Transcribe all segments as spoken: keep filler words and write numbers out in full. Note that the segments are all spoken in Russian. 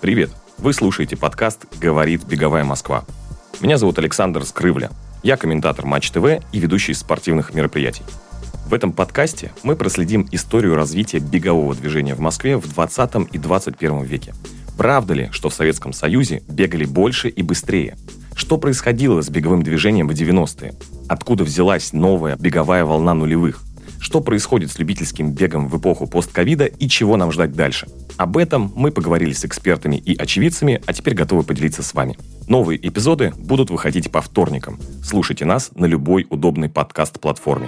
Привет! Вы слушаете подкаст «Говорит Беговая Москва». Меня зовут Александр Скрывля. Я комментатор Матч ТВ и ведущий спортивных мероприятий. В этом подкасте мы проследим историю развития бегового движения в Москве в двадцатом и двадцать первом веке. Правда ли, что в Советском Союзе бегали больше и быстрее? Что происходило с беговым движением в девяностые? Откуда взялась новая беговая волна нулевых? Что происходит с любительским бегом в эпоху постковида и чего нам ждать дальше? Об этом мы поговорили с экспертами и очевидцами, а теперь готовы поделиться с вами. Новые эпизоды будут выходить по вторникам. Слушайте нас на любой удобной подкаст-платформе.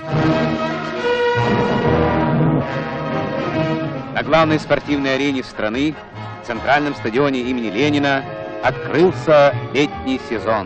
На главной спортивной арене страны, центральном стадионе имени Ленина, открылся летний сезон.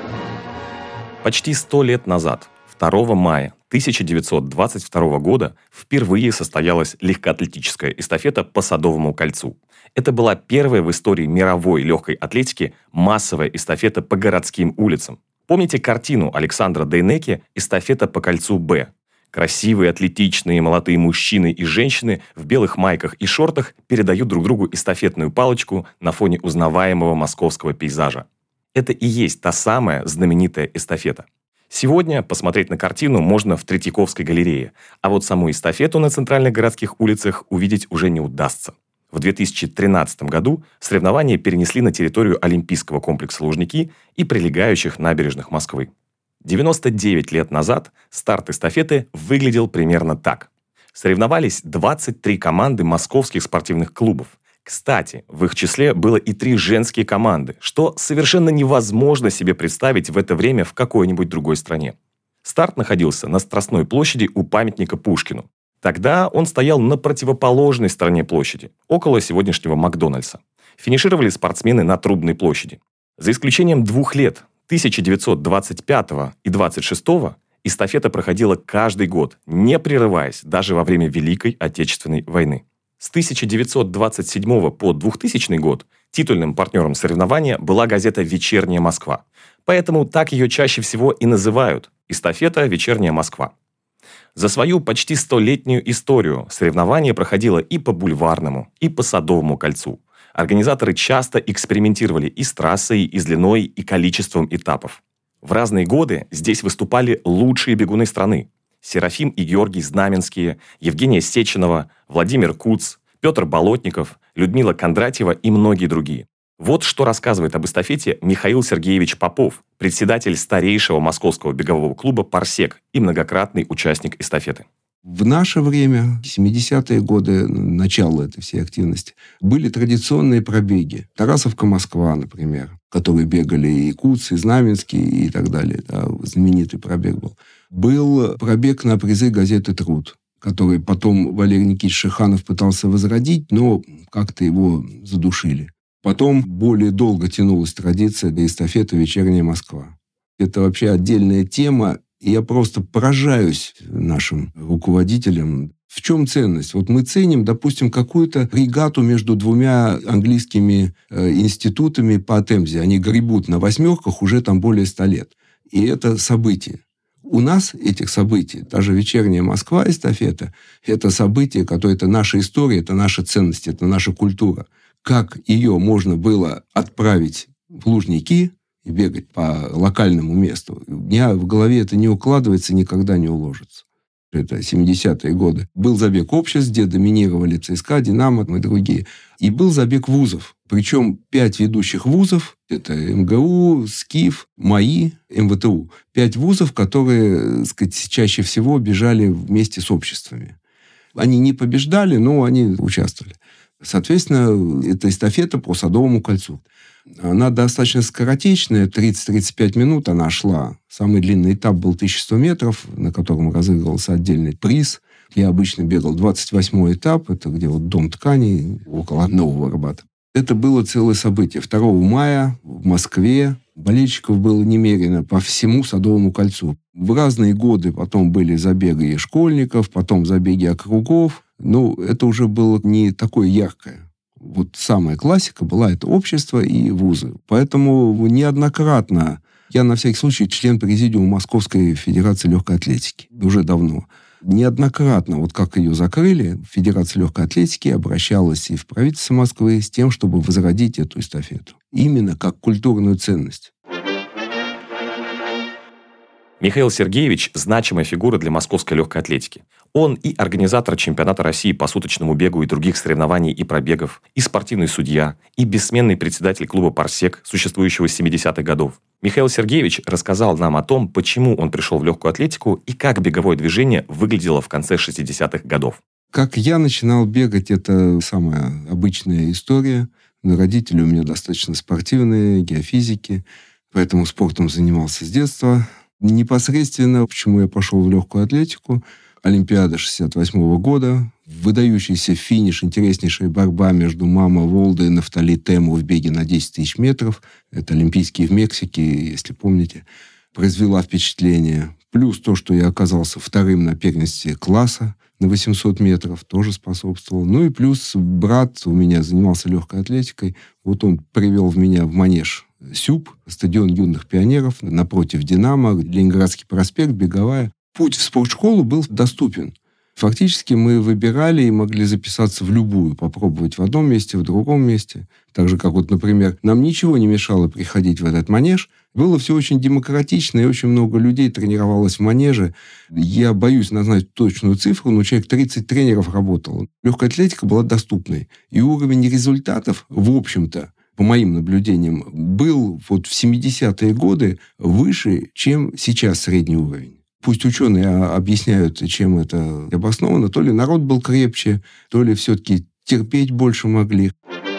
Почти сто лет назад, второго мая тысяча девятьсот двадцать второго года, впервые состоялась легкоатлетическая эстафета по Садовому кольцу. Это была первая в истории мировой легкой атлетики массовая эстафета по городским улицам. Помните картину Александра Дейнеки «Эстафета по кольцу Б»? Красивые, атлетичные, молодые мужчины и женщины в белых майках и шортах передают друг другу эстафетную палочку на фоне узнаваемого московского пейзажа. Это и есть та самая знаменитая эстафета. Сегодня посмотреть на картину можно в Третьяковской галерее, а вот саму эстафету на центральных городских улицах увидеть уже не удастся. В две тысячи тринадцатом году соревнования перенесли на территорию Олимпийского комплекса Лужники и прилегающих набережных Москвы. девяносто девять лет назад старт эстафеты выглядел примерно так. Соревновались двадцать три команды московских спортивных клубов. Кстати, в их числе было и три женские команды, что совершенно невозможно себе представить в это время в какой-нибудь другой стране. Старт находился на Страстной площади у памятника Пушкину. Тогда он стоял на противоположной стороне площади, около сегодняшнего Макдональдса. Финишировали спортсмены на Трубной площади. За исключением двух лет, тысяча девятьсот двадцать пятого и двадцать шестого, эстафета проходила каждый год, не прерываясь даже во время Великой Отечественной войны. С тысяча девятьсот двадцать седьмого по двухтысячный год титульным партнером соревнования была газета «Вечерняя Москва». Поэтому так ее чаще всего и называют – эстафета «Вечерняя Москва». За свою почти столетнюю историю соревнование проходило и по Бульварному, и по Садовому кольцу. Организаторы часто экспериментировали и с трассой, и с длиной, и количеством этапов. В разные годы здесь выступали лучшие бегуны страны. Серафим и Георгий Знаменские, Евгения Сеченова, Владимир Куц, Петр Болотников, Людмила Кондратьева и многие другие. Вот что рассказывает об эстафете Михаил Сергеевич Попов, председатель старейшего московского бегового клуба «Парсек» и многократный участник эстафеты. В наше время, семидесятые годы, начало этой всей активности, были традиционные пробеги. Тарасовка-Москва, например, которые бегали и Куц, и Знаменский, и так далее. Да, знаменитый пробег был. Был пробег на призы газеты «Труд», который потом Валерий Никитич Шиханов пытался возродить, но как-то его задушили. Потом более долго тянулась традиция до эстафеты «Вечерняя Москва». Это вообще отдельная тема. И я просто поражаюсь нашим руководителям. В чем ценность? Вот мы ценим, допустим, какую-то регату между двумя английскими э, институтами по Темзе. Они гребут на восьмерках уже там более ста лет. И это событие. У нас этих событий, даже «Вечерняя Москва» эстафета, это событие, которое это наша история, это наша ценность, это наша культура. Как ее можно было отправить в Лужники и бегать по локальному месту. У меня в голове это не укладывается, никогда не уложится. Это семидесятые годы. Был забег обществ, где доминировали ЦСКА, Динамо и другие. И был забег вузов. Причем пять ведущих вузов, это МГУ, СКИФ, МАИ, МВТУ. Пять вузов, которые, так сказать, чаще всего бежали вместе с обществами. Они не побеждали, но они участвовали. Соответственно, это эстафета по Садовому кольцу. Она достаточно скоротечная, тридцать-тридцать пять минут она шла. Самый длинный этап был тысяча сто метров, на котором разыгрывался отдельный приз. Я обычно бегал двадцать восьмой этап, это где вот Дом тканей, около Нового Арбата. Это было целое событие. второго мая в Москве болельщиков было немерено по всему Садовому кольцу. В разные годы потом были забеги школьников, потом забеги округов. Но это уже было не такое яркое. Вот самая классика была это общество и вузы. Поэтому неоднократно, я на всякий случай член президиума Московской Федерации легкой атлетики, уже давно, Неоднократно, вот как ее закрыли, Федерация легкой атлетики обращалась и в правительство Москвы с тем, чтобы возродить эту эстафету. Именно как культурную ценность. Михаил Сергеевич – значимая фигура для московской легкой атлетики. Он и организатор чемпионата России по суточному бегу и других соревнований и пробегов, и спортивный судья, и бессменный председатель клуба «Парсек», существующего с семидесятых годов. Михаил Сергеевич рассказал нам о том, почему он пришел в легкую атлетику и как беговое движение выглядело в конце шестидесятых годов. Как я начинал бегать, это самая обычная история. Но родители у меня достаточно спортивные, геофизики, поэтому спортом занимался с детства. Непосредственно, почему я пошел в легкую атлетику, Олимпиада шестьдесят восьмого года, выдающийся финиш, интереснейшая борьба между Мама Волда и Нафтали Тему в беге на десять тысяч метров. Это Олимпийские в Мексике, если помните, произвела впечатление. Плюс то, что я оказался вторым на первенстве класса на восемьсот метров, тоже способствовал. Ну и плюс брат у меня занимался легкой атлетикой. Вот он привел в меня в манеж СЮП, стадион юных пионеров, напротив «Динамо», Ленинградский проспект, беговая. Путь в спортшколу был доступен. Фактически мы выбирали и могли записаться в любую, попробовать в одном месте, в другом месте. Так же, как вот, например, нам ничего не мешало приходить в этот манеж. Было все очень демократично, и очень много людей тренировалось в манеже. Я боюсь назвать точную цифру, но человек тридцать тренеров работало. Легкая атлетика была доступной. И уровень результатов, в общем-то, по моим наблюдениям, был вот в семидесятые годы выше, чем сейчас средний уровень. Пусть ученые объясняют, чем это обосновано. То ли народ был крепче, то ли все-таки терпеть больше могли.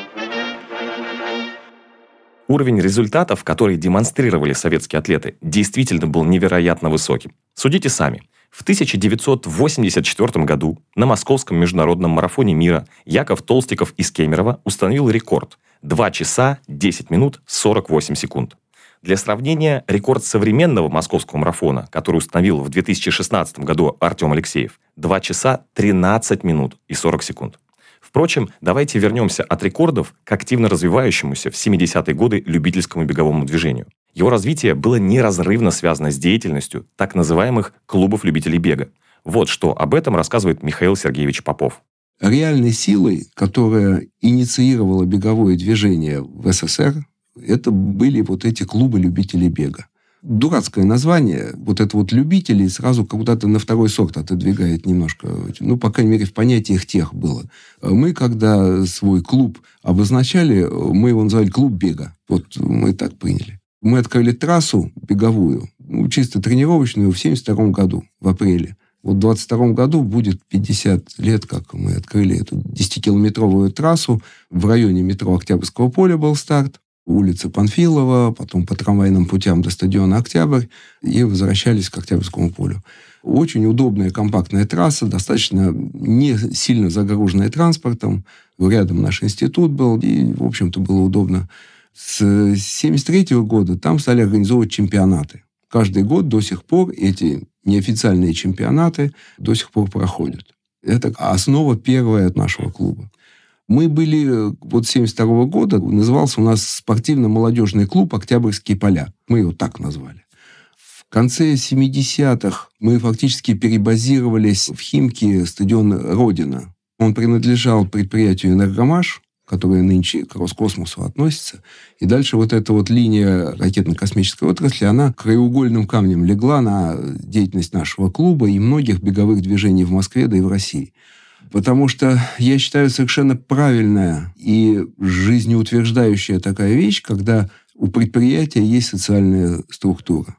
Уровень результатов, которые демонстрировали советские атлеты, действительно был невероятно высоким. Судите сами. В тысяча девятьсот восемьдесят четвёртом году на Московском международном марафоне мира Яков Толстиков из Кемерово установил рекорд – два часа десять минут сорок восемь секунд. Для сравнения, рекорд современного московского марафона, который установил в две тысячи шестнадцатом году Артем Алексеев – два часа тринадцать минут и сорок секунд. Впрочем, давайте вернемся от рекордов к активно развивающемуся в семидесятые годы любительскому беговому движению. Его развитие было неразрывно связано с деятельностью так называемых клубов любителей бега. Вот что об этом рассказывает Михаил Сергеевич Попов. Реальной силой, которая инициировала беговое движение в СССР, это были вот эти клубы любителей бега. Дурацкое название, вот это вот любители, сразу куда-то на второй сорт отодвигает немножко. Ну, по крайней мере, в понятиях тех было. Мы, когда свой клуб обозначали, мы его называли клуб бега. Вот мы так приняли. Мы открыли трассу беговую, ну, чисто тренировочную, в семьдесят втором году, в апреле. Вот в двадцать втором году будет пятьдесят лет, как мы открыли эту десятикилометровую трассу. В районе метро Октябрьского поля был старт. Улица Панфилова, потом по трамвайным путям до стадиона «Октябрь» и возвращались к Октябрьскому полю. Очень удобная компактная трасса, достаточно не сильно загруженная транспортом. Рядом наш институт был, и, в общем-то, было удобно. С семьдесят третьего года там стали организовывать чемпионаты. Каждый год до сих пор эти неофициальные чемпионаты до сих пор проходят. Это основа первая от нашего клуба. Мы были, вот с семьдесят второго года, назывался у нас спортивно-молодежный клуб «Октябрьские поля». Мы его так назвали. В конце семидесятых мы фактически перебазировались в Химки, стадион «Родина». Он принадлежал предприятию «Энергомаш», которое нынче к Роскосмосу относится. И дальше вот эта вот линия ракетно-космической отрасли, она краеугольным камнем легла на деятельность нашего клуба и многих беговых движений в Москве, да и в России. Потому что, я считаю, совершенно правильная и жизнеутверждающая такая вещь, когда у предприятия есть социальная структура.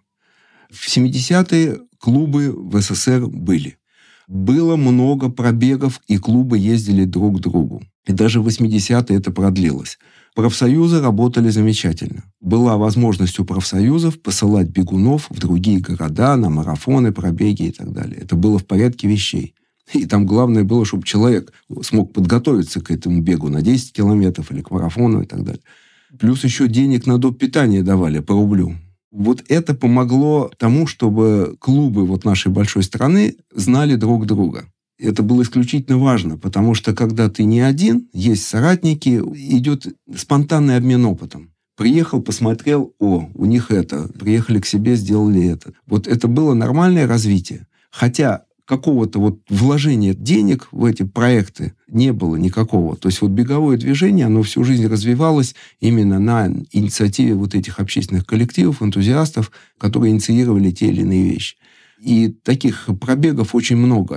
В семидесятые клубы в СССР были. Было много пробегов, и клубы ездили друг к другу. И даже в восьмидесятые это продлилось. Профсоюзы работали замечательно. Была возможность у профсоюзов посылать бегунов в другие города, на марафоны, пробеги и так далее. Это было в порядке вещей. И там главное было, чтобы человек смог подготовиться к этому бегу на десять километров или к марафону и так далее. Плюс еще денег на доп. Питание давали по рублю. Вот это помогло тому, чтобы клубы вот нашей большой страны знали друг друга. Это было исключительно важно, потому что когда ты не один, есть соратники, идет спонтанный обмен опытом. Приехал, посмотрел, о, у них это. Приехали к себе, сделали это. Вот это было нормальное развитие. Хотя какого-то вот вложения денег в эти проекты не было никакого. То есть вот беговое движение, оно всю жизнь развивалось именно на инициативе вот этих общественных коллективов, энтузиастов, которые инициировали те или иные вещи. И таких пробегов очень много.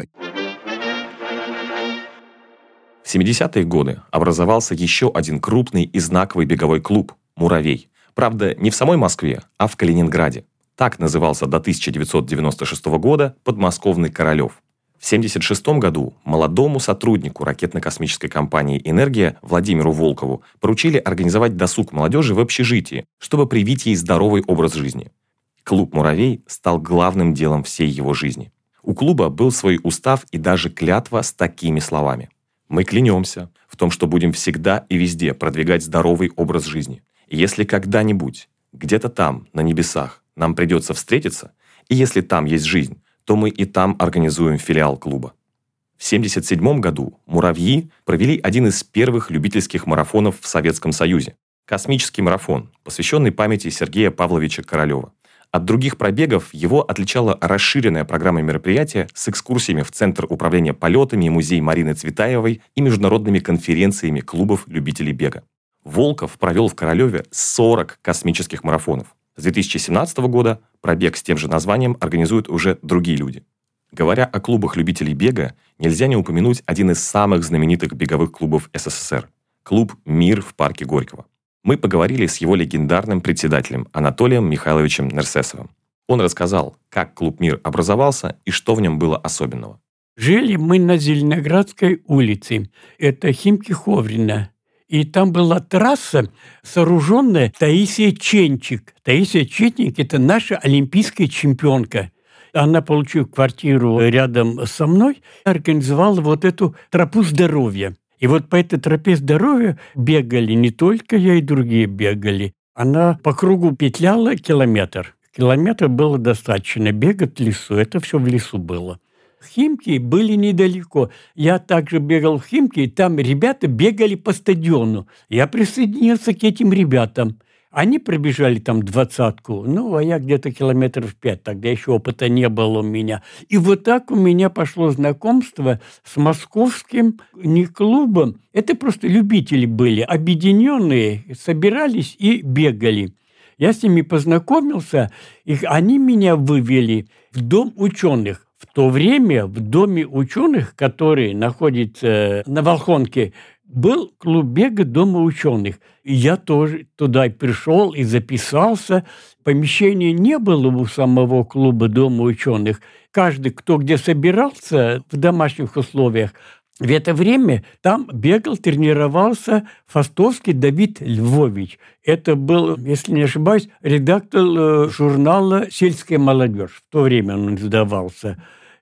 В семидесятые годы образовался еще один крупный и знаковый беговой клуб «Муравей». Правда, не в самой Москве, а в Калининграде. Так назывался до тысяча девятьсот девяносто шестого года подмосковный Королев. В семьдесят шестом году молодому сотруднику ракетно-космической компании «Энергия» Владимиру Волкову поручили организовать досуг молодежи в общежитии, чтобы привить ей здоровый образ жизни. Клуб «Муравей» стал главным делом всей его жизни. У клуба был свой устав и даже клятва с такими словами. «Мы клянемся в том, что будем всегда и везде продвигать здоровый образ жизни. И если когда-нибудь, где-то там, на небесах, нам придется встретиться, и если там есть жизнь, то мы и там организуем филиал клуба». В семьдесят седьмом году «Муравьи» провели один из первых любительских марафонов в Советском Союзе. Космический марафон, посвященный памяти Сергея Павловича Королева. От других пробегов его отличала расширенная программа мероприятия с экскурсиями в Центр управления полетами и музей Марины Цветаевой и международными конференциями клубов любителей бега. Волков провел в Королеве сорок космических марафонов. С две тысячи семнадцатого года пробег с тем же названием организуют уже другие люди. Говоря о клубах любителей бега, нельзя не упомянуть один из самых знаменитых беговых клубов СССР – клуб «Мир» в парке Горького. Мы поговорили с его легендарным председателем Анатолием Михайловичем Нерсесовым. Он рассказал, как клуб «Мир» образовался и что в нем было особенного. Жили мы на Зеленоградской улице. Это Химки-Ховрина. И там была трасса, сооруженная Таисия Ченчик. Таисия Ченчик – это наша олимпийская чемпионка. Она, получив квартиру рядом со мной, организовала вот эту тропу здоровья. И вот по этой тропе здоровья бегали не только я, и другие бегали. Она по кругу петляла километр. Километр было достаточно бегать в лесу. Это все в лесу было. Химки были недалеко. Я также бегал в Химки, и там ребята бегали по стадиону. Я присоединился к этим ребятам. Они пробежали там двадцатку, ну, а я где-то километров пять, тогда еще опыта не было у меня. И вот так у меня пошло знакомство с московским не клубом, это просто любители были, объединенные, собирались и бегали. Я с ними познакомился, и они меня вывели в Дом ученых. В то время в Доме ученых, который находится на Волхонке, был клуб бега Дома ученых. И я тоже туда пришел и записался. Помещения не было у самого клуба Дома ученых. Каждый, кто где собирался в домашних условиях, в это время там бегал, тренировался Фастовский Давид Львович. Это был, если не ошибаюсь, редактор журнала «Сельская молодежь». В то время он издавался.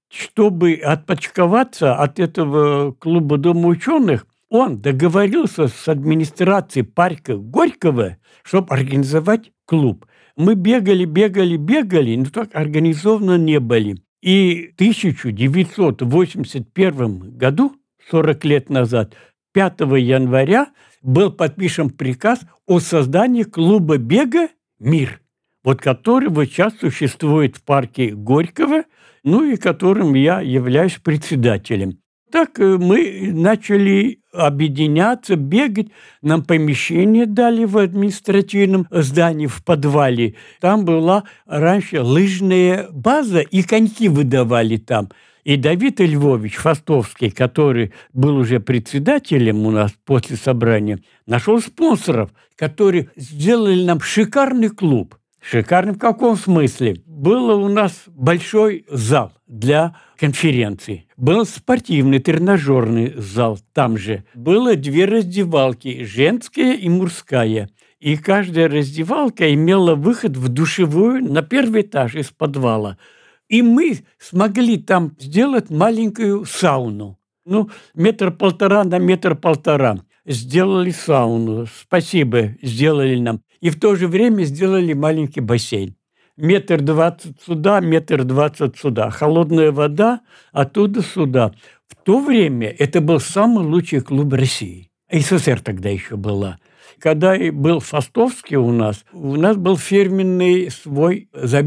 Чтобы отпочковаться от этого клуба Дома ученых, он договорился с администрацией парка Горького, чтобы организовать клуб. Мы бегали, бегали, бегали, но так организованно не были. И в тысяча девятьсот восемьдесят первом году, сорок лет назад, пятого января, был подписан приказ о создании клуба бега «Мир», вот который вот сейчас существует в парке Горького, ну и которым я являюсь председателем. Так мы начали объединяться, бегать. Нам помещение дали в административном здании в подвале. Там была раньше лыжная база, и коньки выдавали там. И Давид Львович Фастовский, который был уже председателем у нас после собрания, нашел спонсоров, которые сделали нам шикарный клуб. Шикарный в каком смысле? Был у нас большой зал для конференций. Был спортивный тренажерный зал там же. Было две раздевалки, женская и мужская. И каждая раздевалка имела выход в душевую на первый этаж из подвала. И мы смогли там сделать маленькую сауну. Ну, метр полтора на метр полтора. Сделали сауну. Спасибо, сделали нам. И в то же время сделали маленький бассейн. Метр двадцать сюда, метр двадцать сюда. Холодная вода оттуда сюда. В то время это был самый лучший клуб России. СССР тогда еще была. Когда был Фастовский у нас, у нас был фирменный свой забег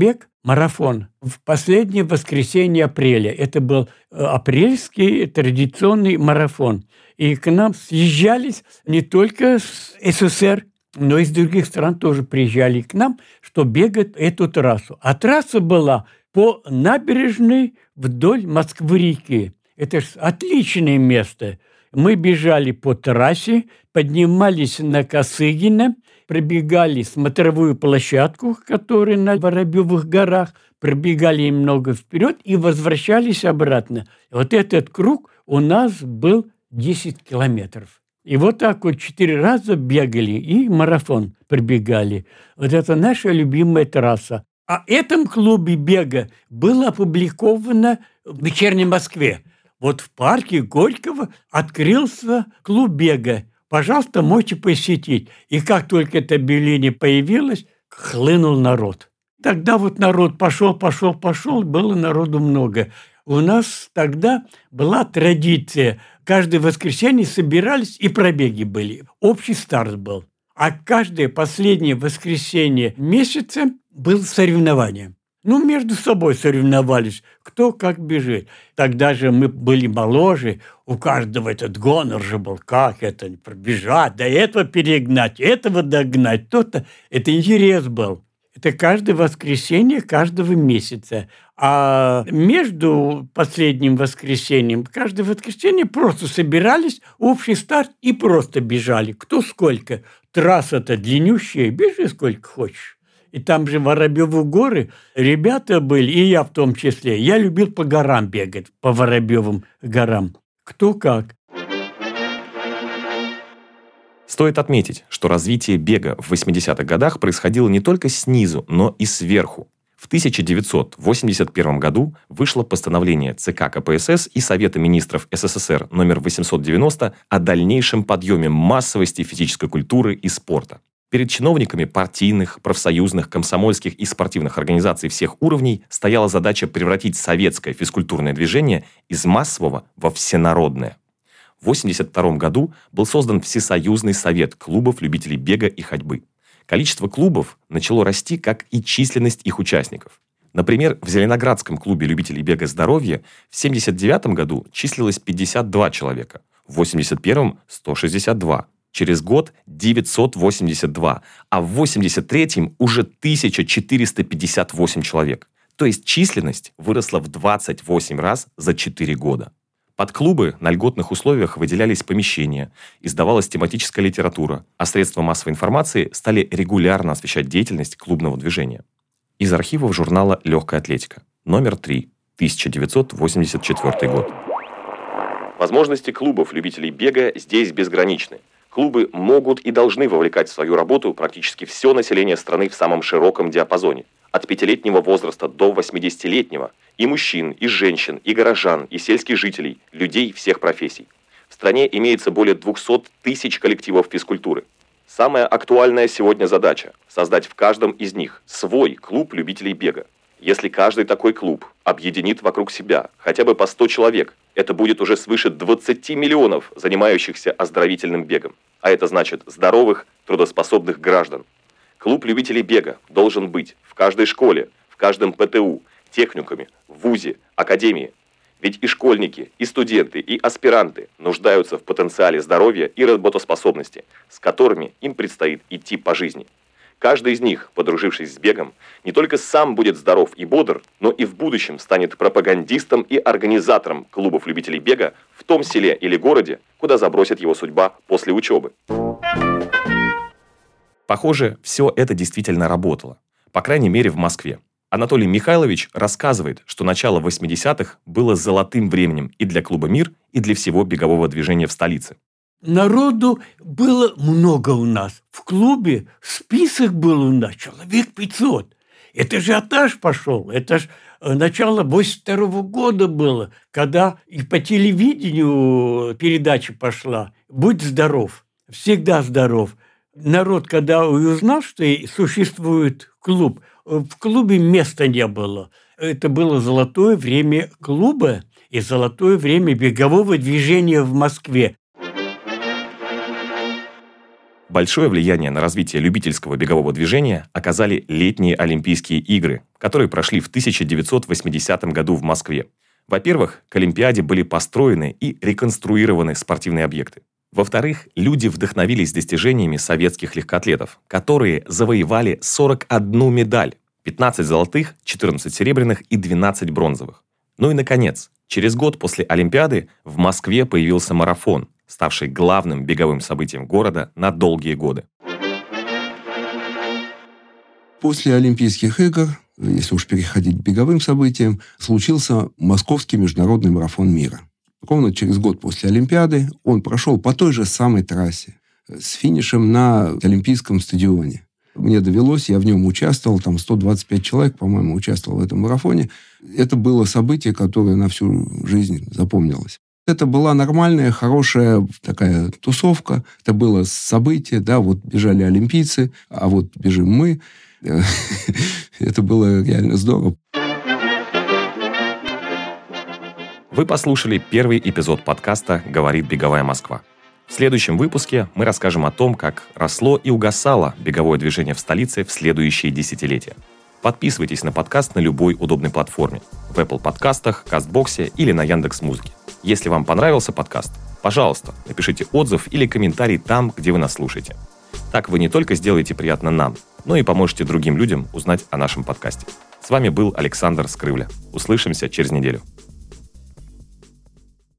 марафон в последнее воскресенье апреля. Это был апрельский традиционный марафон. И к нам съезжались не только с СССР, но и из других стран тоже приезжали к нам, что бегать эту трассу. А трасса была по набережной вдоль Москвы-реки. Это же отличное место. Мы бежали по трассе, поднимались на Косыгина, пробегали смотровую площадку, которая на Воробьевых горах, пробегали немного вперед и возвращались обратно. Вот этот круг у нас был десять километров. И вот так вот четыре раза бегали и марафон пробегали. Вот это наша любимая трасса. О этом клубе бега было опубликовано в «Вечерней Москве». Вот в парке Горького открылся клуб бега. Пожалуйста, можете посетить. И как только это объявление появилось, хлынул народ. Тогда вот народ пошел, пошел, пошел, было народу много. У нас тогда была традиция. Каждое воскресенье собирались, и пробеги были. Общий старт был. А каждое последнее воскресенье месяца было соревнование. Ну, между собой соревновались, кто как бежит. Тогда же мы были моложе, у каждого этот гонор же был, как это пробежать, до этого перегнать, этого догнать, то-то. Это интерес был. Это каждое воскресенье каждого месяца. А между последним воскресеньем, каждое воскресенье просто собирались, общий старт и просто бежали. Кто сколько. Трасса-то длиннющая, бежи сколько хочешь. И там же Воробьевы горы ребята были, и я в том числе. Я любил по горам бегать, по Воробьевым горам. Кто как. Стоит отметить, что развитие бега в восьмидесятых годах происходило не только снизу, но и сверху. В тысяча девятьсот восемьдесят первом году вышло постановление ЦК КПСС и Совета министров СССР номер восемьсот девяносто о дальнейшем подъеме массовости физической культуры и спорта. Перед чиновниками партийных, профсоюзных, комсомольских и спортивных организаций всех уровней стояла задача превратить советское физкультурное движение из массового во всенародное. В восемьдесят втором году был создан Всесоюзный совет клубов любителей бега и ходьбы. Количество клубов начало расти, как и численность их участников. Например, в Зеленоградском клубе любителей бега здоровья в семьдесят девятом году числилось пятьдесят два человека, в восемьдесят первом – сто шестьдесят два. Через год девятьсот восемьдесят два, а в восемьдесят третьем уже тысяча четыреста пятьдесят восемь человек. То есть численность выросла в двадцать восемь раз за четыре года. Под клубы на льготных условиях выделялись помещения, издавалась тематическая литература, а средства массовой информации стали регулярно освещать деятельность клубного движения. Из архивов журнала «Легкая атлетика». Номер три, тысяча девятьсот восемьдесят четвёртый год. Возможности клубов любителей бега здесь безграничны. Клубы могут и должны вовлекать в свою работу практически все население страны в самом широком диапазоне. От пятилетнего возраста до восьмидесятилетнего. И мужчин, и женщин, и горожан, и сельских жителей, людей всех профессий. В стране имеется более двухсот тысяч коллективов физкультуры. Самая актуальная сегодня задача – создать в каждом из них свой клуб любителей бега. Если каждый такой клуб объединит вокруг себя хотя бы по сто человек, это будет уже свыше двадцати миллионов занимающихся оздоровительным бегом. А это значит здоровых, трудоспособных граждан. Клуб любителей бега должен быть в каждой школе, в каждом ПТУ, техникуме, вузе, академии. Ведь и школьники, и студенты, и аспиранты нуждаются в потенциале здоровья и работоспособности, с которыми им предстоит идти по жизни. Каждый из них, подружившись с бегом, не только сам будет здоров и бодр, но и в будущем станет пропагандистом и организатором клубов любителей бега в том селе или городе, куда забросит его судьба после учебы. Похоже, все это действительно работало. По крайней мере, в Москве. Анатолий Михайлович рассказывает, что начало восьмидесятых было золотым временем и для клуба «Мир», и для всего бегового движения в столице. Народу было много у нас. В клубе список был у нас человек пятьсот. Это ажиотаж пошел. Это ж начало восемьдесят второго года было, когда и по телевидению передача пошла «Будь здоров». Всегда здоров. Народ, когда узнал, что существует клуб, в клубе места не было. Это было золотое время клуба и золотое время бегового движения в Москве. Большое влияние на развитие любительского бегового движения оказали летние Олимпийские игры, которые прошли в тысяча девятьсот восьмидесятом году в Москве. Во-первых, к Олимпиаде были построены и реконструированы спортивные объекты. Во-вторых, люди вдохновились достижениями советских легкоатлетов, которые завоевали сорок одну медаль, пятнадцать золотых, четырнадцать серебряных и двенадцать бронзовых. Ну и, наконец, через год после Олимпиады в Москве появился марафон, ставший главным беговым событием города на долгие годы. После Олимпийских игр, если уж переходить к беговым событиям, случился Московский международный марафон мира. Ровно через год после Олимпиады он прошел по той же самой трассе с финишем на Олимпийском стадионе. Мне довелось, я в нем участвовал, там сто двадцать пять человек, по-моему, участвовал в этом марафоне. Это было событие, которое на всю жизнь запомнилось. Это была нормальная, хорошая такая тусовка. Это было событие, да, вот бежали олимпийцы, а вот бежим мы. Это было реально здорово. Вы послушали первый эпизод подкаста «Говорит беговая Москва». В следующем выпуске мы расскажем о том, как росло и угасало беговое движение в столице в следующие десятилетия. Подписывайтесь на подкаст на любой удобной платформе. В Apple подкастах, Кастбоксе или на Яндекс.Музыке. Если вам понравился подкаст, пожалуйста, напишите отзыв или комментарий там, где вы нас слушаете. Так вы не только сделаете приятно нам, но и поможете другим людям узнать о нашем подкасте. С вами был Александр Скрывля. Услышимся через неделю.